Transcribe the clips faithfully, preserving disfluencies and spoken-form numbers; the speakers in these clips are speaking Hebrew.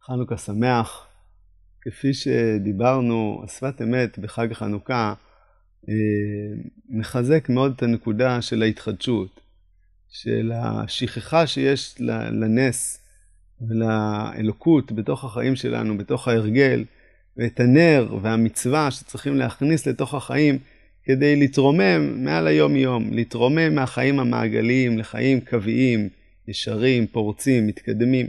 חנוכה שמח. כפי שדיברנו, השפת אמת בחג החנוכה מחזק מאוד את הנקודה של ההתחדשות, של השכחה שיש לנס ולאלוקות בתוך החיים שלנו, בתוך ההרגל, ואת הנר והמצווה שצריכים להכניס לתוך החיים כדי להתרומם מעל היום יום, להתרומם מהחיים המעגליים לחיים קוויים, ישרים, פורצים, מתקדמים.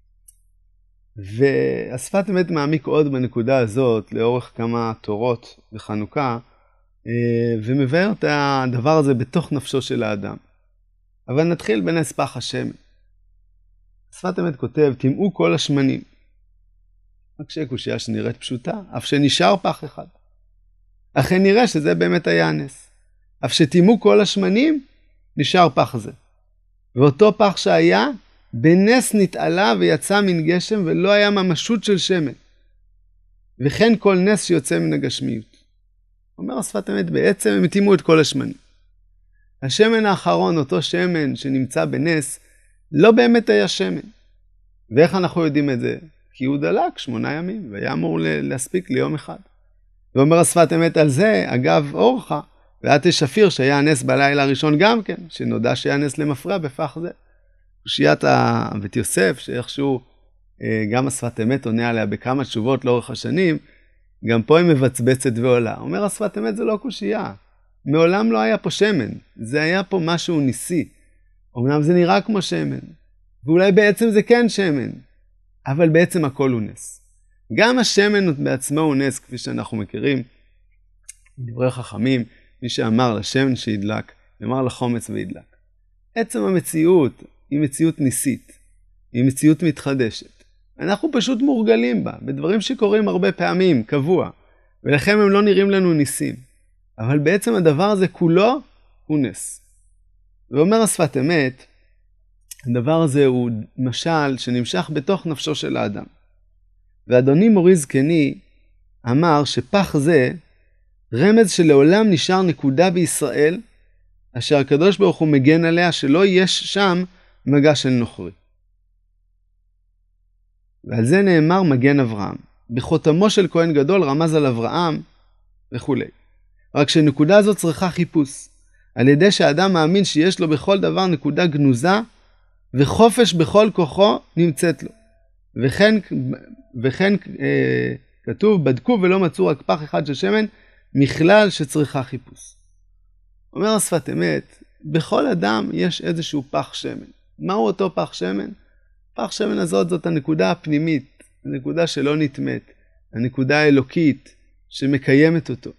והשפת אמת מעמיק עוד בנקודה הזאת לאורך כמה תורות בחנוכה, ומבאר את הדבר הזה בתוך נפשו של האדם. אבל נתחיל בנס פח השמן. השפת אמת כותב, תמעו כל השמנים. רק שקושיה שנראית פשוטה, אף שנשאר פח אחד. אכן נראה שזה באמת היה הנס. אף שתמעו כל השמנים, נשאר פח זה. ואותו פח שהיה, בנס נתעלה ויצא מן גשם ולא היה ממשות של שמן. וכן כל נס שיוצא מן הגשמיות. אומר השפת אמת, בעצם הם תימו את כל השמנים. השמן האחרון, אותו שמן שנמצא בנס, לא באמת היה שמן. ואיך אנחנו יודעים את זה? כי הוא דלק שמונה ימים, והיה אמור להספיק ליום אחד. ואומר השפת אמת על זה, אגב אורחה, ואת שפיר שהיה הנס בלילה הראשון גם כן, שנודע שהיה נס למפרע בפח זה. קושיית בית יוסף, שאיכשהו גם השפת אמת עונה עליה בכמה תשובות לאורך השנים, גם פה היא מבצבצת ועולה. אומר השפת אמת זה לא קושייה. מעולם לא היה פה שמן. זה היה פה משהו ניסי. אמנם זה נראה כמו שמן. ואולי בעצם זה כן שמן. אבל בעצם הכל הוא נס. גם השמן בעצמו הוא נס, כפי שאנחנו מכירים. דברי חכמים, מי שאמר לשמן שידלק, אמר לחומץ וידלק. עצם המציאות היא מציאות ניסית. היא מציאות מתחדשת. אנחנו פשוט מורגלים בה, בדברים שקורים הרבה פעמים, קבוע. ולכן הם לא נראים לנו ניסים. אבל בעצם הדבר הזה כולו הוא נס. ואומר השפת אמת, הדבר הזה הוא משל שנמשך בתוך נפשו של האדם. ואדוני מורי זקני אמר שפח זה רמז שלעולם נשאר נקודה בישראל, אשר הקדוש ברוך הוא מגן עליה שלא יש שם מגע של נוכרי. ועל זה נאמר מגן אברהם. בחותמו של כהן גדול רמז על אברהם וכו'. רק שנקודה הזאת צריכה חיפוש. על ידי שהאדם מאמין שיש לו בכל דבר נקודה גנוזה, וחופש בכל כוחו נמצאת לו. וכן, וכן אה, כתוב, בדקו ולא מצאו רק פח אחד של שמן, מכלל שצריכה חיפוש. אומר השפת אמת, בכל אדם יש איזשהו פח שמן. מהו אותו פח שמן? פח שמן הזאת זאת הנקודה הפנימית, הנקודה שלא נתמת, הנקודה האלוקית שמקיימת אותו.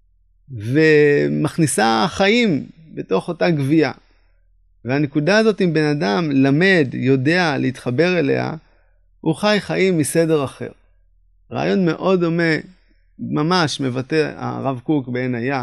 ומכניסה חיים בתוך אותה גבייה. והנקודה הזאת, אם בן אדם למד, יודע להתחבר אליה, הוא חי חיים מסדר אחר. רעיון מאוד דומה, ממש מבטא הרב קוק בעין היה,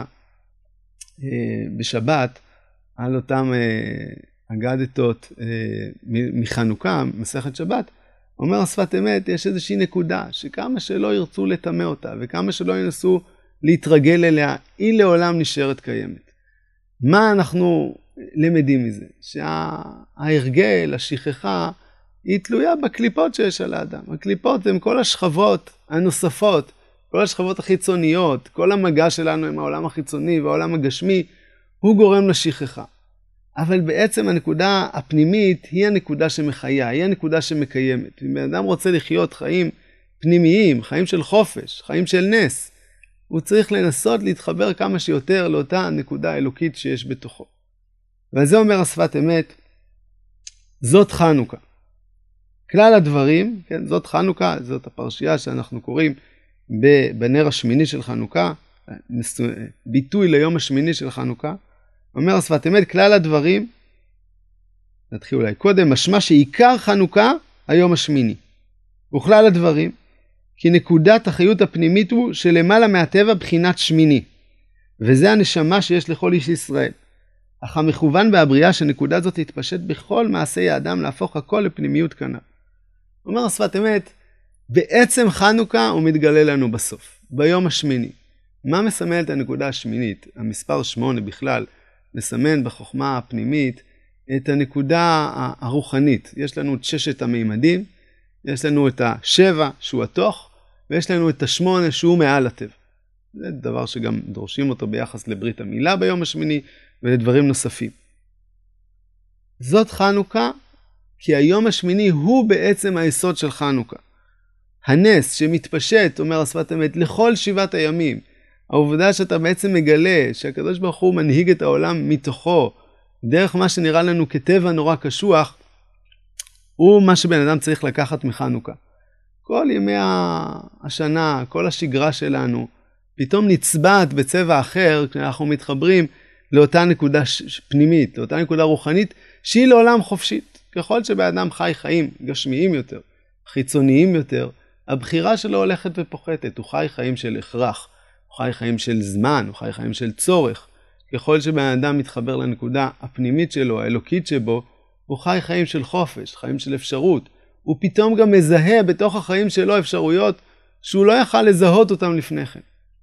בשבת, על אותם אגדתות מחנוכה, מסכת שבת, אומר השפת אמת, יש איזושהי נקודה, שכמה שלא ירצו לטמא אותה, וכמה שלא ינסו להתרגל אליה, היא לעולם נשארת קיימת. מה אנחנו למדים מזה? שההרגל, השכחה, היא תלויה בקליפות שיש על האדם. הקליפות הן כל השכבות הנוספות, כל השכבות החיצוניות, כל המגע שלנו עם העולם החיצוני והעולם הגשמי, הוא גורם לשכחה. אבל בעצם הנקודה הפנימית היא הנקודה שמחיה, היא הנקודה שמקיימת. אם בן אדם רוצה לחיות חיים פנימיים, חיים של חופש, חיים של נס, הוא צריך לנסות להתחבר כמה שיותר לאותה נקודה האלוקית שיש בתוכו. ועל זה אומר השפת אמת, זאת חנוכה. כלל הדברים, כן, זאת חנוכה, זאת הפרשייה שאנחנו קוראים בנר השמיני של חנוכה, ביטוי ליום השמיני של חנוכה. אומר השפת אמת, כלל הדברים, נתחיל אולי קודם, משמע שעיקר חנוכה היום השמיני. וכלל הדברים, כי נקודת החיות הפנימית הוא שלמעלה מהטבע בחינת שמיני. וזה הנשמה שיש לכל איש ישראל. אך המכוון בהבריאה שנקודה זאת תתפשט בכל מעשי האדם להפוך הכל לפנימיות כנ"ל. אומר השפת אמת, בעצם חנוכה הוא מתגלה לנו בסוף, ביום השמיני. מה מסמל את הנקודה השמינית? המספר שמונה בכלל מסמן בחוכמה הפנימית את הנקודה הרוחנית. יש לנו את ששת המימדים, יש לנו את השבע שהוא התוך, ויש לנו את השמונה שהוא מעל הטבע. זה דבר שגם דורשים אותו ביחס לברית המילה ביום השמיני ולדברים נוספים. זאת חנוכה, כי היום השמיני הוא בעצם היסוד של חנוכה. הנס שמתפשט, אומר השפת אמת, לכל שבעת הימים, העובדה שאתה בעצם מגלה שהקדוש ברוך הוא מנהיג את העולם מתוכו, דרך מה שנראה לנו כטבע נורא קשוח, הוא מה שבן אדם צריך לקחת מחנוכה. כל ימי השנה, כל השגרה שלנו, פתאום נצבעת בצבע אחר, כשאנחנו מתחברים לאותה נקודה פנימית, לאותה נקודה רוחנית, שהיא לעולם חופשית. ככל שבאדם חי חיים גשמיים יותר, חיצוניים יותר, הבחירה שלו הולכת ופוחתת. הוא חי חיים של הכרח, הוא חי חיים של זמן, הוא חי חיים של צורך. ככל שבאדם מתחבר לנקודה הפנימית שלו, האלוקית שבו, הוא חי חיים של חופש, חיים של אפשרות. הוא פתאום גם מזהה בתוך החיים שלו אפשרויות שהוא לא יכל לזהות אותם לפני כן.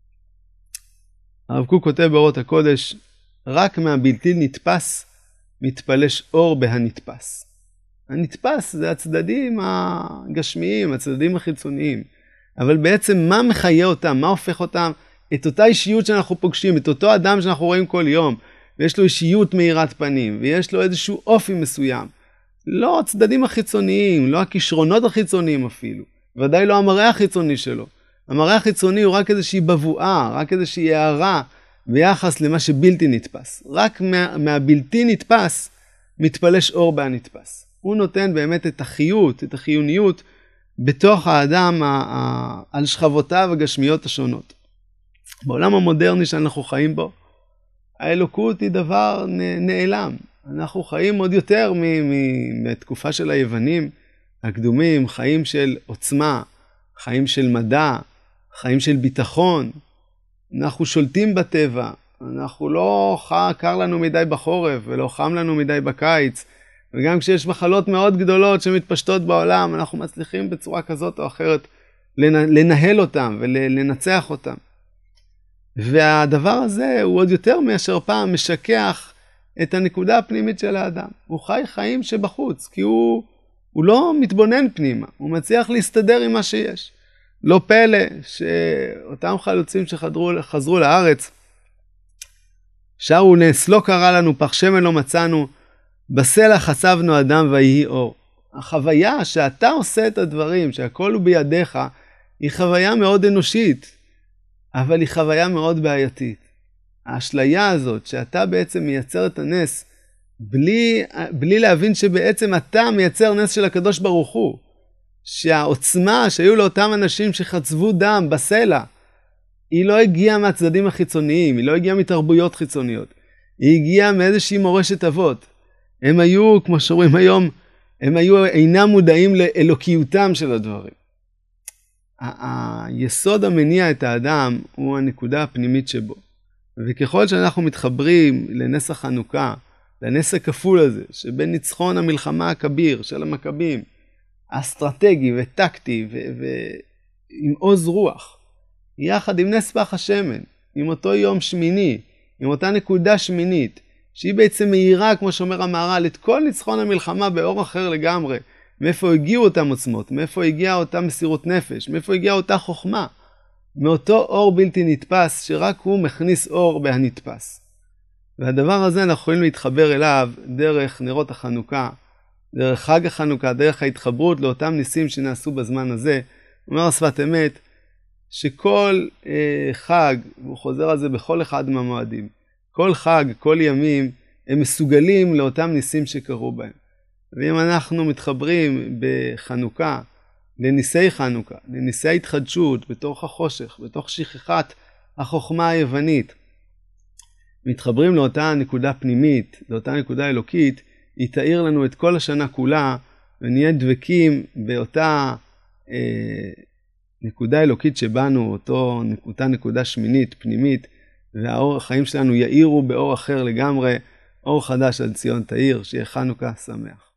הרב קוק כותב באורות הקודש, רק מהבלתי נתפס מתפלש אור בהנתפס. הנתפס זה הצדדים הגשמיים, הצדדים החיצוניים. אבל בעצם מה מחיה אותם? מה הופך אותם? את אותה אישיות שאנחנו פוגשים, את אותו אדם שאנחנו רואים כל יום, ויש לו אישיות מאירת פנים, ויש לו איזשהו אופי מסוים. לא הצדדים החיצוניים, לא הכישרונות החיצוניים אפילו. ודאי לא המראה החיצוני שלו. המראה החיצוני הוא רק איזושהי בבואה, רק איזושהי הערה ביחס למה שבלתי נתפס. רק מה, מהבלתי נתפס מתפלש אור בהנתפס. הוא נותן באמת את החיות, את החיוניות, בתוך האדם ה- ה- על שכבותיו הגשמיות השונות. בעולם המודרני שאנחנו חיים בו, האלוקות היא דבר נ- נעלם. אנחנו חיים עוד יותר מתקופה של היוונים הקדומים, חיים של עוצמה, חיים של מדע, חיים של ביטחון. אנחנו שולטים בטבע, אנחנו לא קר לנו מדי בחורף ולא חם לנו מדי בקיץ, וגם כשיש מחלות מאוד גדולות שמתפשטות בעולם, אנחנו מצליחים בצורה כזאת או אחרת לנהל אותם ולנצח אותם. והדבר הזה הוא עוד יותר מאשר פעם משכח את הנקודה הפנימית של האדם. הוא חי חיים שבחוץ, כי הוא, הוא לא מתבונן פנימה, הוא מצליח להסתדר עם מה שיש. לא פלא שאותם חלוצים שחזרו לארץ, שרו נס, לא קרה לנו, פח שמן לא מצאנו, בסלע חצבנו אדם ויהי אור. החוויה שאתה עושה את הדברים, שהכל הוא בידיך, היא חוויה מאוד אנושית, אבל היא חוויה מאוד בעייתית. האשליה הזאת שאתה בעצם מייצר את הנס, בלי, בלי להבין שבעצם אתה מייצר נס של הקדוש ברוך הוא, שהעוצמה שהיו לאותם אנשים שחצבו דם בסלע, היא לא הגיעה מהצדדים החיצוניים, היא לא הגיעה מתרבויות חיצוניות, היא הגיעה מאיזושהי מורשת אבות. הם היו, כמו שאומרים היום, הם היו אינם מודעים לאלוקיותם של הדברים. היסוד המניע את האדם הוא הנקודה הפנימית שבו. וככל שאנחנו מתחברים לנס החנוכה, לנס הכפול הזה, שבין ניצחון המלחמה הכביר של המכבים, האסטרטגי וטקטי ועם עוז רוח, יחד עם נס פח השמן, עם אותו יום שמיני, עם אותה נקודה שמינית, שהיא בעצם מאירה, כמו שאומר המהר"ל, את כל ניצחון המלחמה באור אחר לגמרי. מאיפה הגיעו אותם עוצמות? מאיפה הגיעה אותה מסירות נפש? מאיפה הגיעה אותה חוכמה? מאותו אור בלתי נתפס, שרק הוא מכניס אור בהנתפס. והדבר הזה אנחנו יכולים להתחבר אליו דרך נרות החנוכה, דרך חג החנוכה, דרך ההתחברות לאותם ניסים שנעשו בזמן הזה. אומר השפת אמת, שכל אה, חג, הוא חוזר על זה בכל אחד מהמועדים, כל חג, כל ימים, הם מסוגלים לאותם ניסים שקרו בהם. ואם אנחנו מתחברים בחנוכה, לניסי חנוכה, לניסי התחדשות, בתוך החושך, בתוך שכחת החוכמה היוונית, מתחברים לאותה נקודה פנימית, לאותה נקודה אלוקית, היא תאיר לנו את כל השנה כולה, ונהיה דבקים באותה אה, נקודה אלוקית שבנו, אותו, אותה נקודה שמינית, פנימית, והאור החיים שלנו יאירו באור אחר לגמרי, אור חדש על ציון תאיר, שיהיה חנוכה שמח.